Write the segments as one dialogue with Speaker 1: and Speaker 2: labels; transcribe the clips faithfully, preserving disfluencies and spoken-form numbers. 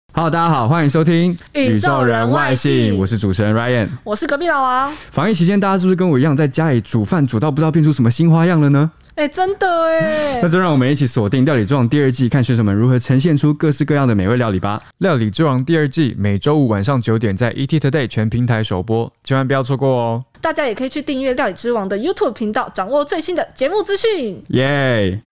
Speaker 1: Hello， 大家好，欢迎收听
Speaker 2: 宇宙人外星
Speaker 1: 我是主持人 Ryan，
Speaker 2: 我是隔壁老王。
Speaker 1: 防疫期间，大家是不是跟我一样在家里煮饭，煮到不知道变出什么新花样了呢？
Speaker 2: 哎、欸，真的哎！
Speaker 1: 那就让我们一起锁定《料理之王》第二季，看选手们如何呈现出各式各样的美味料理吧。《料理之王》第二季每周五晚上九点在 E T Today 全平台首播，千万不要错过哦！
Speaker 2: 大家也可以去订阅《料理之王》的 YouTube 频道，掌握最新的节目资讯。
Speaker 1: 耶！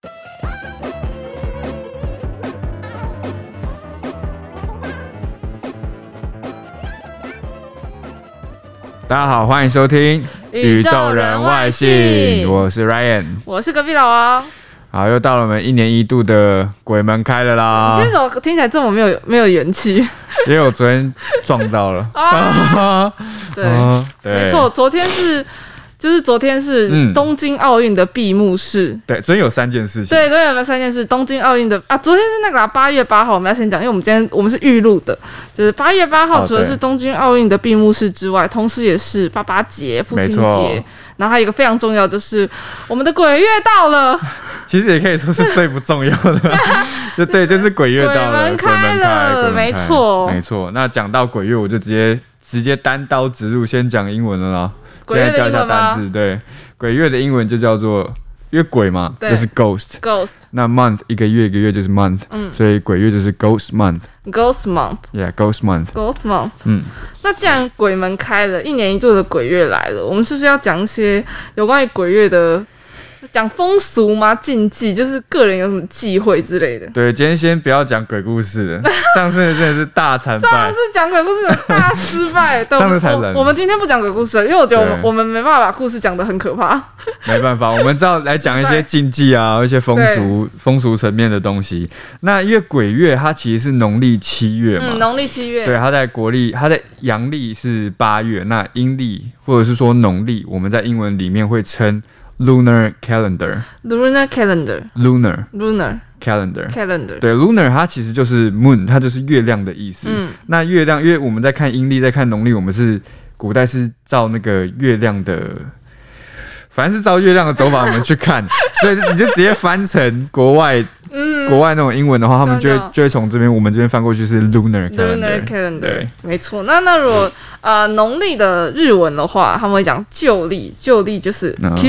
Speaker 1: 大家好，欢迎收听宇宙人外星，我是 Ryan，
Speaker 2: 我是隔壁老王。
Speaker 1: 好，又到了我们一年一度的鬼门开了啦！
Speaker 2: 今天怎么听起来这么没有没有元气？
Speaker 1: 因为我昨天撞到了。
Speaker 2: 啊、对，啊、对，没错，昨天是。就是昨天是东京奥运的闭幕式、嗯，
Speaker 1: 对，昨天有三件事情。
Speaker 2: 对，昨天有三件事，东京奥运的啊，昨天是那个八、啊、月八号，我们要先讲，因为我们今天我们是预录的，就是八月八号，除了是东京奥运的闭幕式之外，同时也是爸爸节、父亲节，然后还有一个非常重要，就是我们的鬼月到了。
Speaker 1: 其实也可以说是最不重要的，就对，就是鬼月到了，
Speaker 2: 鬼门开了，没错，
Speaker 1: 没错。那讲到鬼月，我就直接直接单刀直入，先讲英文了啦。现在教一下单字，对，鬼月的英文就叫做，因为鬼嘛，就是 ghost，ghost。那 month 一个月一个月就是 month，嗯，所以鬼月就是 ghost month。ghost month。Yeah，ghost month。ghost
Speaker 2: month。嗯，那既然鬼门开了，一年一度的鬼月来了，我们是不是要讲一些有关于鬼月的？讲风俗吗？禁忌就是个人有什么忌讳之类的。
Speaker 1: 对，今天先不要讲鬼故事了，上次真的是大惨败。
Speaker 2: 上次讲鬼故事有大失败，
Speaker 1: 上次才冷。
Speaker 2: 我们今天不讲鬼故事了，因为我觉得我们我们没办法把故事讲得很可怕。
Speaker 1: 没办法，我们只好来讲一些禁忌啊，一些风俗风俗层面的东西。那因为鬼月它其实是农历七月嘛，
Speaker 2: 嗯，农历七月。
Speaker 1: 对，它在国历，它在阳历是八月，那阴历或者是说农历，我们在英文里面会称。Lunar calendar,
Speaker 2: lunar calendar,
Speaker 1: lunar,
Speaker 2: lunar
Speaker 1: calendar,
Speaker 2: calendar。
Speaker 1: 对 ，lunar 它其实就是 moon， 它就是月亮的意思。嗯，那月亮，因为我们在看阴历，在看农历，我们是古代是照那个月亮的，反正是照月亮的走法我们去看，所以你就直接翻成国外。嗯，国外那种英文的话，他们就会就会从这边我们这边翻过去是 lunar calendar。lunar calendar，
Speaker 2: 对，没错。那那如果呃农历的日文的话，他们会讲旧历，旧历就是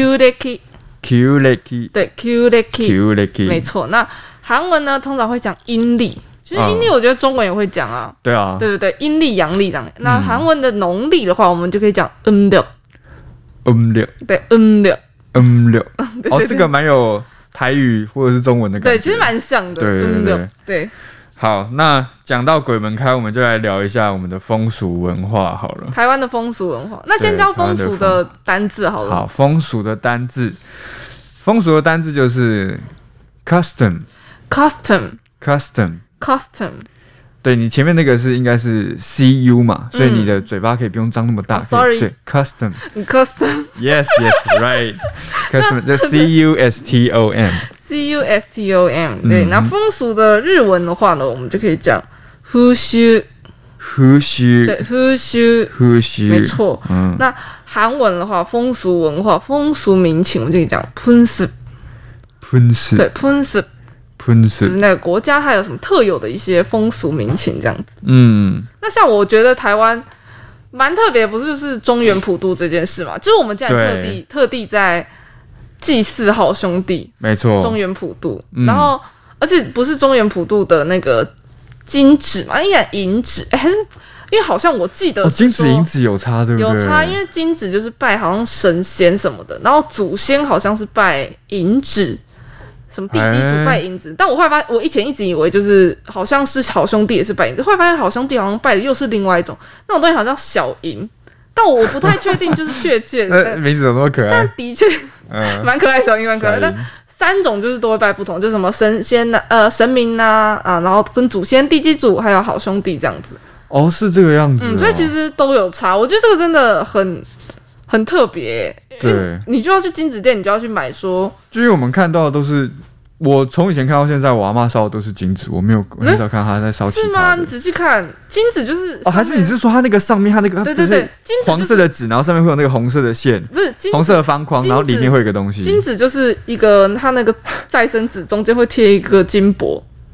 Speaker 1: Kyureki，Kyureki，
Speaker 2: 对 Kyureki，Kyureki， 没错。那韩文呢，通常会讲阴历，其实阴历我觉得中文也会讲啊。
Speaker 1: 对啊，
Speaker 2: 对对对，阴历、阳历这样。那韩文的农历的话，我们就可以讲음력，음력，对음력，음력。
Speaker 1: 哦，这个蛮有。台语或者是中文的感觉，
Speaker 2: 对，其实蛮像的。
Speaker 1: 对对 对,
Speaker 2: 对, 对。
Speaker 1: 好，那讲到鬼门开，我们就来聊一下我们的风俗文化好了。
Speaker 2: 台湾的风俗文化，那先教风俗的单字好了。
Speaker 1: 好，风俗的单字，风俗的单字就是 custom，custom，custom，custom。对，你前面那个是应该是 C U 嘛，所以你的嘴巴可以不用张那么大。
Speaker 2: 嗯 oh, Sorry，
Speaker 1: 对
Speaker 2: ，custom。Yes,
Speaker 1: yes, right. Custom 就 C U S T O M。C
Speaker 2: U S T O M。对，那风俗的日文的话呢，我们就可以讲風習。
Speaker 1: 風習。
Speaker 2: 对，風習。
Speaker 1: 風習。
Speaker 2: 没错。嗯。那韩文的话，风俗文化、風俗民情，我们就可以讲푼습。
Speaker 1: 푼습。
Speaker 2: 对，푼습。就是那个国家它有什么特有的一些风俗民情这样子。嗯，那像我觉得台湾蛮特别，不是就是中元普渡这件事嘛？就是我们竟然特地特地在祭祀好兄弟，
Speaker 1: 没错，
Speaker 2: 中元普渡，嗯、然后而且不是中元普渡的那个金纸嘛，应该银纸，哎、欸，还是因为好像我记得
Speaker 1: 哦，金纸银纸有差对不对？
Speaker 2: 有差，因为金纸就是拜好像神仙什么的，然后祖先好像是拜银纸。什么地基主拜银子、欸，但我后来发现，我以前一直以为就是好像是好兄弟也是拜银子，后来发现好兄弟好像拜的又是另外一种，那种东西好像小银，但我不太确定就是确切的。
Speaker 1: 名字怎么那么可爱？
Speaker 2: 但的确，嗯，蛮可爱，小银蛮可爱。但三种就是都会拜不同，就什么神仙呐、呃神明呐 啊, 啊，然后跟祖先、地基主还有好兄弟这样子。
Speaker 1: 哦，是这个样子、哦。
Speaker 2: 嗯，所以其实都有差，我觉得这个真的很。很特别，对，你就要去金纸店，你就要去买说，
Speaker 1: 就因为我们看到的都是，我从以前看到现在，我阿嬷烧的都是金纸，我没有很少看她在烧其他的。
Speaker 2: 是吗？你仔细看，金纸就是
Speaker 1: 哦，还是你是说它那个上面它那个
Speaker 2: 对对对，
Speaker 1: 黄色的纸，然后上面会有那个红色的线，
Speaker 2: 不是
Speaker 1: 红色的方框，然后里面会有一个东西。
Speaker 2: 金纸就是一个它那个再生纸中间会贴一个金箔。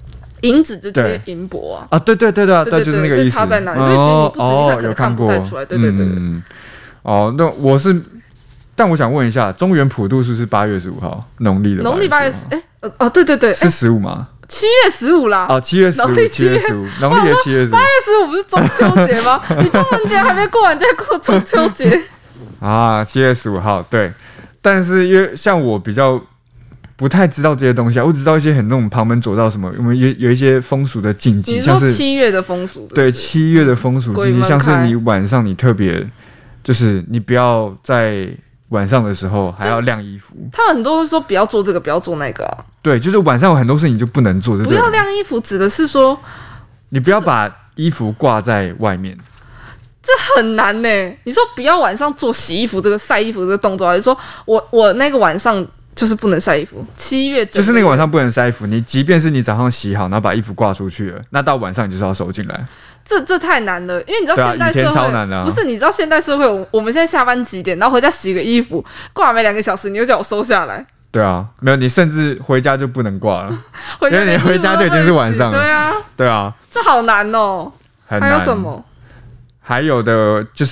Speaker 2: 银子就接银箔啊。
Speaker 1: 啊，对对对对对，就是那个意思。
Speaker 2: 差在哪里？所以其实你不仔细看可能看不太出来。对对对。
Speaker 1: 嗯。哦，那我是，但我想问一下，中元普渡是不是八月十五号？农历的
Speaker 2: 农历八月十，哎，哦，对对对，
Speaker 1: 是十五吗？
Speaker 2: 七月十五啦。
Speaker 1: 哦，七月十五，七月十五，农历的七月十五。
Speaker 2: 八月十五不是中秋节吗？你中元节还没过完，就在过中秋节。
Speaker 1: 啊，七月十五号，对。但是因为像我比较不太知道这些东西啊，我只知道一些很那种旁门左道什么，我们有有一些风俗的禁忌，像是
Speaker 2: 七月的风俗，
Speaker 1: 对，七月的风俗禁忌，像是你晚上你特别，就是你不要在晚上的时候还要晾衣服。
Speaker 2: 他们很多会说不要做这个，不要做那个啊。
Speaker 1: 对，就是晚上有很多事情就不能做，对不对？
Speaker 2: 不要晾衣服指的是说，
Speaker 1: 你不要把衣服挂在外面。
Speaker 2: 这很难呢、欸。你说不要晚上做洗衣服这个晒衣服这个动作，还是说我我那个晚上就是不能晒衣服？七月
Speaker 1: 就是那个晚上不能晒衣服，你即便是你早上洗好，然后把衣服挂出去了，那到晚上你就是要收进来。
Speaker 2: 这这太难了，因为你知道现代社会、
Speaker 1: 对啊、超难啊、
Speaker 2: 不是？你知道现代社会，我我们现在下班几点？然后回家洗个衣服，挂没两个小时，你又叫我收下来。
Speaker 1: 对啊，没有，你甚至回家就不能挂了，
Speaker 2: 因
Speaker 1: 为你回家就已经是晚上了。
Speaker 2: 对啊，
Speaker 1: 对啊，
Speaker 2: 这好难哦。
Speaker 1: 很难。
Speaker 2: 还有什么？
Speaker 1: 还有的就是，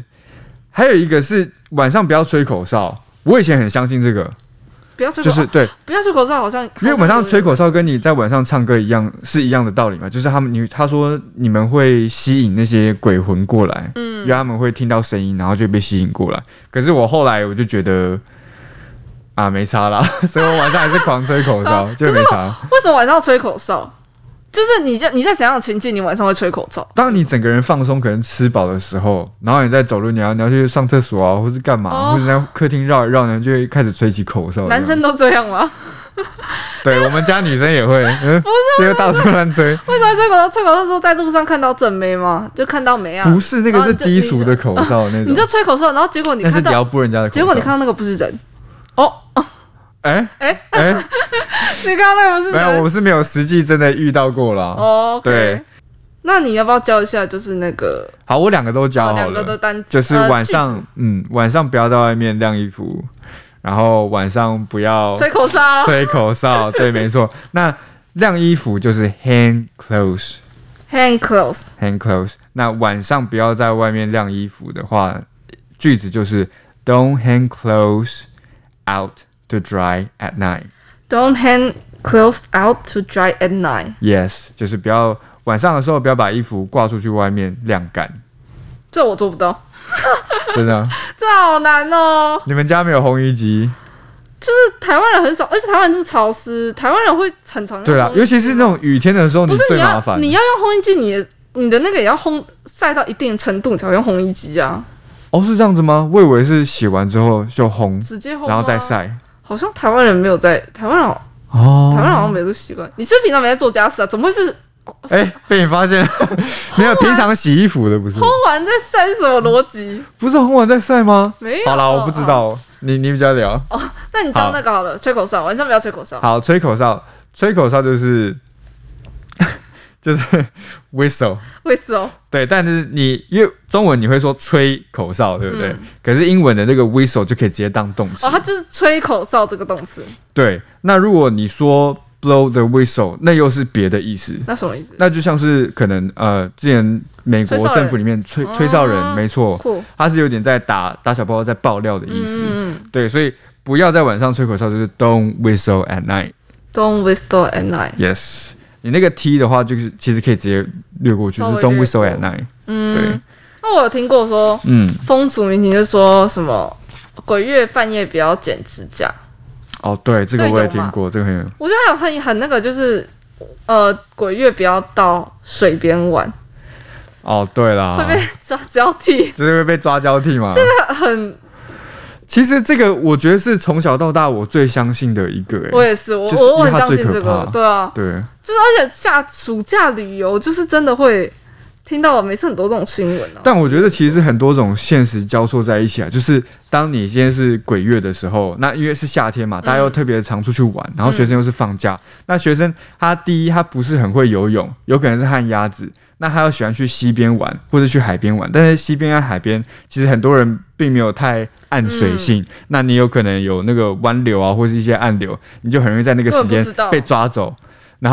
Speaker 1: 还有一个是晚上不要吹口哨。我以前很相信这个，
Speaker 2: 不要吹口哨，
Speaker 1: 就是对，
Speaker 2: 不要吹口哨，好像
Speaker 1: 因为晚上吹口哨跟你在晚上唱歌一样，是一样的道理嘛。就是他们，你他说你们会吸引那些鬼魂过来，嗯，因为他们会听到声音，然后就被吸引过来。可是我后来我就觉得。啊，没差啦，所以我晚上还是狂吹口哨，啊、就没差。
Speaker 2: 为什么晚上要吹口哨？就是你在你在怎样的情境，你晚上会吹口哨？
Speaker 1: 当你整个人放松，可能吃饱的时候，然后你在走路，你要你要去上厕所啊，或是干嘛，哦、或者在客厅绕一绕呢，就会开始吹起口哨。
Speaker 2: 男生都这样吗？
Speaker 1: 对，我们家女生也会，嗯、不是，就到处乱吹。
Speaker 2: 为什么吹口哨？吹口哨的时候在路上看到正妹吗？就看到没啊？
Speaker 1: 不是，那个是低俗的口哨那种。
Speaker 2: 你就吹口哨，然后结果你看到
Speaker 1: 那是撩拨人家的口哨，
Speaker 2: 结果你看到那个不是人。哦，
Speaker 1: 哎哎哎，
Speaker 2: 你刚刚那个不是人？
Speaker 1: 没有，我是没有实际真的遇到过啦。
Speaker 2: 哦， okay、
Speaker 1: 对，
Speaker 2: 那你要不要教一下？就是那个，
Speaker 1: 好，我两个都教好了，
Speaker 2: 两个的单词，
Speaker 1: 就是晚上，呃、嗯，晚上不要在外面晾衣服，然后晚上不要
Speaker 2: 吹口哨，
Speaker 1: 吹口哨，对，没错。那晾衣服就是 hang clothes，hang
Speaker 2: clothes，hang
Speaker 1: clothes。那晚上不要在外面晾衣服的话，句子就是 Don't hang clothes out to dry at night.
Speaker 2: Don't hang clothes out to dry at night.
Speaker 1: Yes， 就是不要晚上的时候不要把衣服挂出去外面晾干。
Speaker 2: 这我做不到，
Speaker 1: 真的？
Speaker 2: 这好难哦。
Speaker 1: 你们家没有烘衣机？
Speaker 2: 就是台湾人很少，而且台湾人这么潮湿，台湾人会很常用。
Speaker 1: 对啦，尤其是那种雨天的时候，你最麻烦。
Speaker 2: 你要用烘衣机，你的你的那个也要烘晒到一定程度，你才会用烘衣机啊。
Speaker 1: 哦，是这样子吗？我以为是洗完之后就烘，
Speaker 2: 直接烘，
Speaker 1: 然后再晒。
Speaker 2: 好像台湾人没有在，台湾人哦，台湾人好像没有这个习惯。你是不是平常没在做家事啊？怎么会是？
Speaker 1: 哎、欸，被你发现了，没有平常洗衣服的不是？
Speaker 2: 烘完再晒是什么逻辑？
Speaker 1: 不是烘完再晒吗？
Speaker 2: 没有。
Speaker 1: 好啦，我不知道，哦、你你比较聊。
Speaker 2: 哦，那你教那个好了，吹口哨，晚上不要吹口哨。
Speaker 1: 好，吹口哨，吹口哨就是。就是 whistle
Speaker 2: whistle
Speaker 1: 对，但是你因为中文你会说吹口哨，对不对？嗯、可是英文的那个 whistle 就可以直接当动词
Speaker 2: 哦，它就是吹口哨这个动词。
Speaker 1: 对，那如果你说 blow the whistle， 那又是别的意思。
Speaker 2: 那什么意思？
Speaker 1: 那就像是可能呃，之前美国政府里面吹吹哨人，哦、没错，他是有点在打打小报告在爆料的意思。嗯，对，所以不要在晚上吹口哨，就是 don't whistle at night。Don't
Speaker 2: whistle at night.
Speaker 1: Yes。你那个 T 的话，就是其实可以直接略过去，就是 Don't whistle at night。嗯，对。
Speaker 2: 那我有听过说，嗯，风俗民情就说什么鬼月半夜不要剪指甲。
Speaker 1: 哦，对，这个我也听过，这个很有。
Speaker 2: 我觉得还有很很那个，就是呃，鬼月不要到水边玩。
Speaker 1: 哦，对啦，
Speaker 2: 会被抓交替，
Speaker 1: 这是会被抓交替吗？
Speaker 2: 这个很。
Speaker 1: 其实这个我觉得是从小到大我最相信的一个、欸，
Speaker 2: 我也是，我、
Speaker 1: 就是、
Speaker 2: 我很相信这个，对啊，
Speaker 1: 对，
Speaker 2: 就是而且下暑假旅游，就是真的会听到每次很多这种新闻啊。
Speaker 1: 但我觉得其实很多种现实交错在一起啊，就是当你今天是鬼月的时候，那因为是夏天嘛，大家又特别常出去玩，嗯、然后学生又是放假，嗯、那学生他第一他不是很会游泳，有可能是旱鸭子。那他又喜欢去溪边玩，或者去海边玩，但是溪边和海边其实很多人并没有太暗水性，嗯、那你有可能有那个湾流啊，或是一些暗流，你就很容易在那个时间被抓走。然后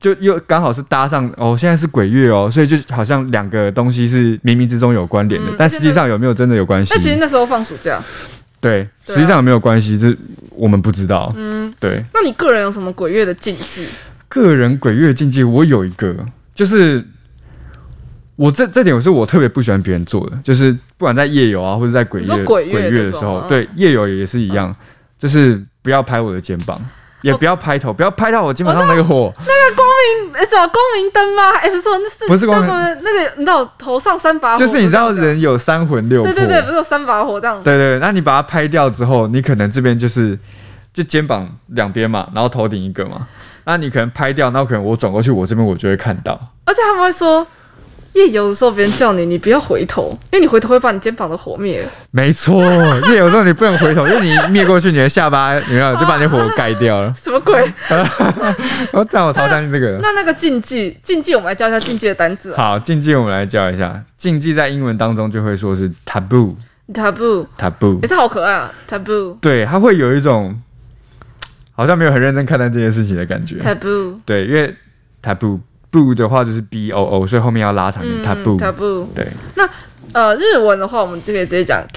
Speaker 1: 就又刚好是搭上哦，现在是鬼月哦，所以就好像两个东西是冥冥之中有关联的，嗯、但实际上有没有真的有关系？
Speaker 2: 那其实那时候放暑假，
Speaker 1: 对，对啊、实际上有没有关系，这我们不知道。嗯，对。
Speaker 2: 那你个人有什么鬼月的禁忌？
Speaker 1: 个人鬼月的禁忌，我有一个，就是我这这点我是我特别不喜欢别人做的，就是不管在夜游啊，或者在鬼月
Speaker 2: 鬼月
Speaker 1: 鬼月的时候，对夜游也是一样，嗯、就是不要拍我的肩膀。也不要拍头，不要拍到我肩膀上那个火。
Speaker 2: 哦、那, 那个光明什么光明灯吗？哎、欸，不是，那是
Speaker 1: 不是光明？
Speaker 2: 那个你知道头上三把火，
Speaker 1: 就是你知道人有三魂六魄，
Speaker 2: 对对对，不是有三把火这样。
Speaker 1: 对对，那你把它拍掉之后，你可能这边就是就肩膀两边嘛，然后头顶一个嘛。那你可能拍掉，然后可能我转过去，我这边我就会看到。
Speaker 2: 而且他们会说。夜游的时候，别人叫你，你不要回头，因为你回头会把你肩膀的火灭了。
Speaker 1: 没错，夜游的时候你不能回头，因为你灭过去，你的下巴，你看就把你的火盖掉了。
Speaker 2: 什么鬼？
Speaker 1: 我但我超相信这个。
Speaker 2: 那那个禁忌，禁忌我们来教一下禁忌的单字、啊。
Speaker 1: 好，禁忌我们来教一下。禁忌在英文当中就会说是 taboo。taboo。taboo。
Speaker 2: 哎、欸，这好可爱啊 ！taboo。
Speaker 1: 对，它会有一种好像没有很认真看待这件事情的感觉。
Speaker 2: taboo。对，
Speaker 1: 因为 taboo。boo 的话就是 b o o， 所以后面要拉长点 taboo。
Speaker 2: taboo。
Speaker 1: 对。
Speaker 2: 那呃日文的话，我们就可以直接讲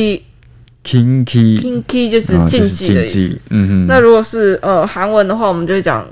Speaker 2: kinky。kinky。kinky 就是禁忌的意思。哦、嗯哼。那如果是呃韩文的话，我们就会讲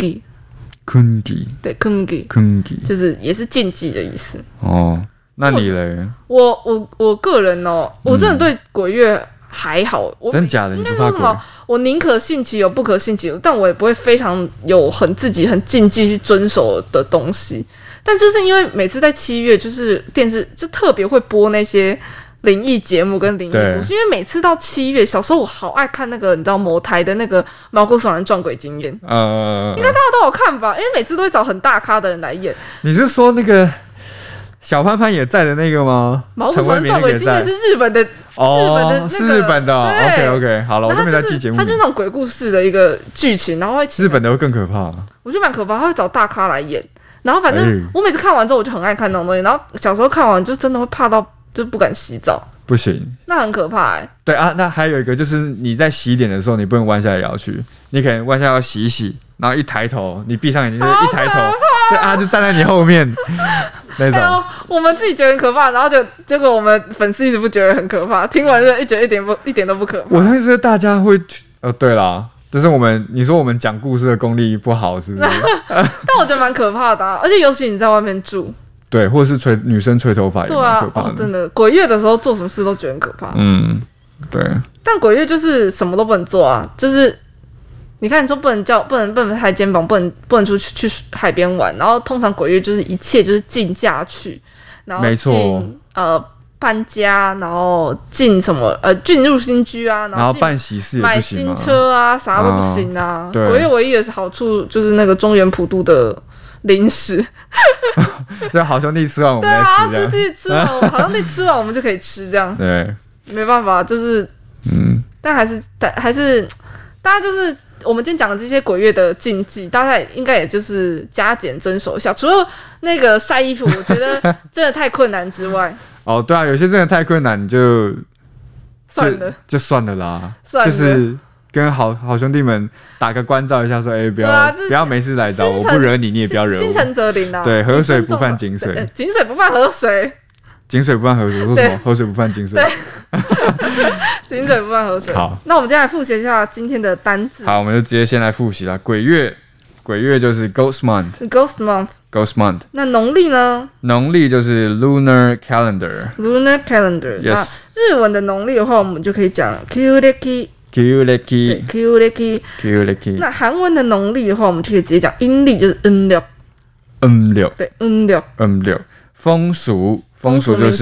Speaker 2: kungi。kungi。对 kungi。kungi 就是也是禁忌的意思。
Speaker 1: 哦，那你嘞？
Speaker 2: 我我我个人哦，我真的对鬼月。还好，我
Speaker 1: 真假的？你不怕鬼？
Speaker 2: 我宁可信其有，不可信其无，但我也不会非常有很自己很禁忌去遵守的东西。但就是因为每次在七月，就是电视就特别会播那些灵异节目跟灵异故事，因为每次到七月，小时候我好爱看那个，你知道某台的那个《毛骨悚然撞鬼经验》，呃，应该大家都有看吧？因为每次都会找很大咖的人来演。
Speaker 1: 你是说那个？小潘潘也在的那个吗？
Speaker 2: 毛骨悚然撞鬼今年是日本的，
Speaker 1: 哦、
Speaker 2: 日本的、那个、
Speaker 1: 是日本的、哦。OK OK， 好了，我都没在记节目。
Speaker 2: 它就是那种鬼故事的一个剧情，然后会
Speaker 1: 日本的会更可怕。
Speaker 2: 我觉得蛮可怕，他会找大咖来演，然后反正我每次看完之后，我就很爱看那种东西。然后小时候看完就真的会怕到就不敢洗澡，
Speaker 1: 不行，
Speaker 2: 那很可怕哎、欸。
Speaker 1: 对啊，那还有一个就是你在洗脸的时候，你不能弯下来摇去，你可能弯下来要洗一洗，然后一抬头，你闭上眼睛一抬头，所以啊就站在你后面。那种、哎、
Speaker 2: 我们自己觉得很可怕，然后就结果我们粉丝一直不觉得很可怕，听完就一觉得一点不一点都不可怕。
Speaker 1: 我相信大家会，呃，对啦，就是我们你说我们讲故事的功力不好，是不是？
Speaker 2: 但我觉得蛮可怕的、啊，而且尤其你在外面住，
Speaker 1: 对，或者是吹女生吹头发也蛮可怕的。
Speaker 2: 对啊、哦，真的，鬼月的时候做什么事都觉得很可怕。
Speaker 1: 嗯，对。
Speaker 2: 但鬼月就是什么都不能做啊，就是。你看，你说不能叫，不能不能拍肩膀，不能不能出去去海边玩，然后通常鬼月就是一切就是进假去，然后进呃搬家，然后进什么呃进入新居啊，
Speaker 1: 然后办喜事也不行、啊、
Speaker 2: 买新车啊，啥都不行啊。
Speaker 1: 啊
Speaker 2: 鬼月唯一的好处就是那个中原普渡的零食，
Speaker 1: 这好兄弟吃完我们再吃，
Speaker 2: 对啊，自己吃完，好兄弟吃完我们就可以吃这样。
Speaker 1: 对，
Speaker 2: 没办法，就是嗯，但还是但还是大家就是。我们今天讲的这些鬼月的禁忌，大家应该也就是加减遵守一下。除了那个晒衣服，我觉得真的太困难之外，
Speaker 1: 哦，对啊，有些真的太困难，你就
Speaker 2: 算了，
Speaker 1: 就算了啦，
Speaker 2: 算了
Speaker 1: 就是跟好好兄弟们打个关照一下，说，哎、欸，不要、
Speaker 2: 啊就是、
Speaker 1: 不要没事来找我，不惹你，你也不要惹我。
Speaker 2: 心诚则灵啊，
Speaker 1: 对，河水不犯井水，
Speaker 2: 井水不犯河水。
Speaker 1: 井水不犯河水，说什么？河水不犯井水。
Speaker 2: 对，井水不犯河水。
Speaker 1: 好，
Speaker 2: 那我们接下来复习一下今天的单字。
Speaker 1: 好，我们就直接先来复习啦。鬼月，鬼月就是 Ghost Month。Ghost
Speaker 2: Month。Ghost
Speaker 1: Month。
Speaker 2: 那农历呢？
Speaker 1: 农历就是 Lunar Calendar。
Speaker 2: Lunar Calendar。
Speaker 1: Yes。
Speaker 2: 日文的農曆的话，我们就可以讲 Kyureki。
Speaker 1: Kyureki。
Speaker 2: 对 ，Kyureki。
Speaker 1: Kyureki。
Speaker 2: 那韩文的農曆的话，我们就可以直接讲阴历，就是阴历。
Speaker 1: 阴历。
Speaker 2: 对，阴历。
Speaker 1: 阴历。风俗。风俗就是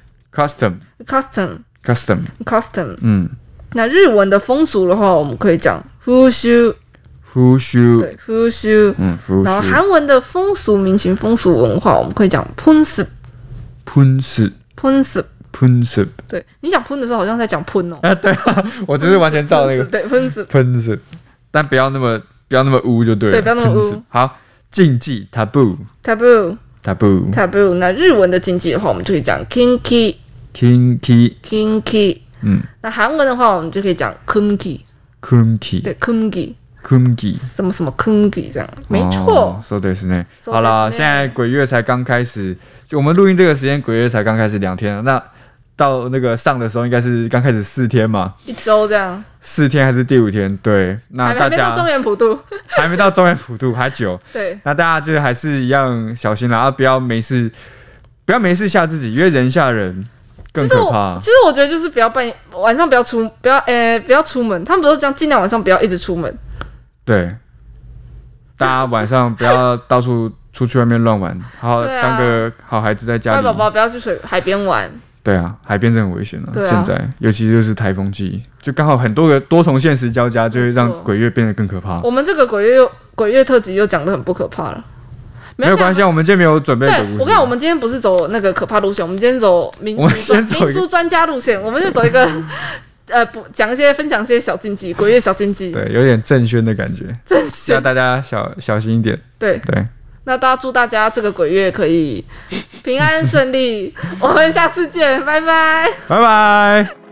Speaker 1: custom
Speaker 2: custom
Speaker 1: custom， 嗯，
Speaker 2: 那日文的风俗的话，我们可以讲風習
Speaker 1: 風習，
Speaker 2: 对，風習，
Speaker 1: 嗯，風習。
Speaker 2: 然后韩文的风俗民情、风俗文化，我们可以讲噴食
Speaker 1: 噴食
Speaker 2: 噴食
Speaker 1: 噴食。
Speaker 2: 对，你讲噴的时候好像在讲噴哦。
Speaker 1: 啊，对啊，我只是完全照那个
Speaker 2: 对噴食
Speaker 1: 噴食，但不要那么不要那么污就对了。
Speaker 2: 对，不要那么污。
Speaker 1: 好，禁忌 taboo
Speaker 2: taboo
Speaker 1: taboo
Speaker 2: taboo。那日文的禁忌的话，我们就可以讲 kinky
Speaker 1: kinky
Speaker 2: kinky。嗯，那韩文的话，我们就可以讲 kunki kunki。对 kunki
Speaker 1: Kungi，
Speaker 2: 什么什么 Kungi 这样，没错。
Speaker 1: 说对是呢。
Speaker 2: そうですね
Speaker 1: 好啦，现在鬼月才刚开始，就我们录音这个时间，鬼月才刚开始两天，那到那个上的时候应该是刚开始四天嘛，
Speaker 2: 一周这样，
Speaker 1: 四天还是第五天？对，那大家
Speaker 2: 还没到中原普渡，
Speaker 1: 还没到中原普渡，还久。
Speaker 2: 对，
Speaker 1: 那大家就还是一样小心啦，啊，不要没事，不要没事吓自己，因为人吓人更可怕。
Speaker 2: 其实我觉得就是不要半夜晚上不要出，不要呃不要出门。他们不是讲尽量晚上不要一直出门。
Speaker 1: 对，大家晚上不要到处出去外面乱玩，好好当个好孩子在家里。
Speaker 2: 乖宝宝不要去水海边玩。
Speaker 1: 对啊，海边真的很危险啊！
Speaker 2: 对啊
Speaker 1: 现在尤其就是台风季，就刚好很多个多重现实交加，就会让鬼月变得更可怕。
Speaker 2: 我们这个鬼月又鬼月特辑又讲得很不可怕了。
Speaker 1: 没有关系，我们今天没有准备鬼故事。
Speaker 2: 对，我看我们今天不是走那个可怕路线，我们今天走民俗民俗专家路线，我们就走一个呃，不讲一些分享一些小禁忌，鬼月小禁忌。
Speaker 1: 对，有点正宣的感觉，
Speaker 2: 正宣，
Speaker 1: 叫大家小小心一点。
Speaker 2: 对
Speaker 1: 对。
Speaker 2: 那大家祝大家这个鬼月可以平安顺利，我们下次见，拜拜，
Speaker 1: 拜拜。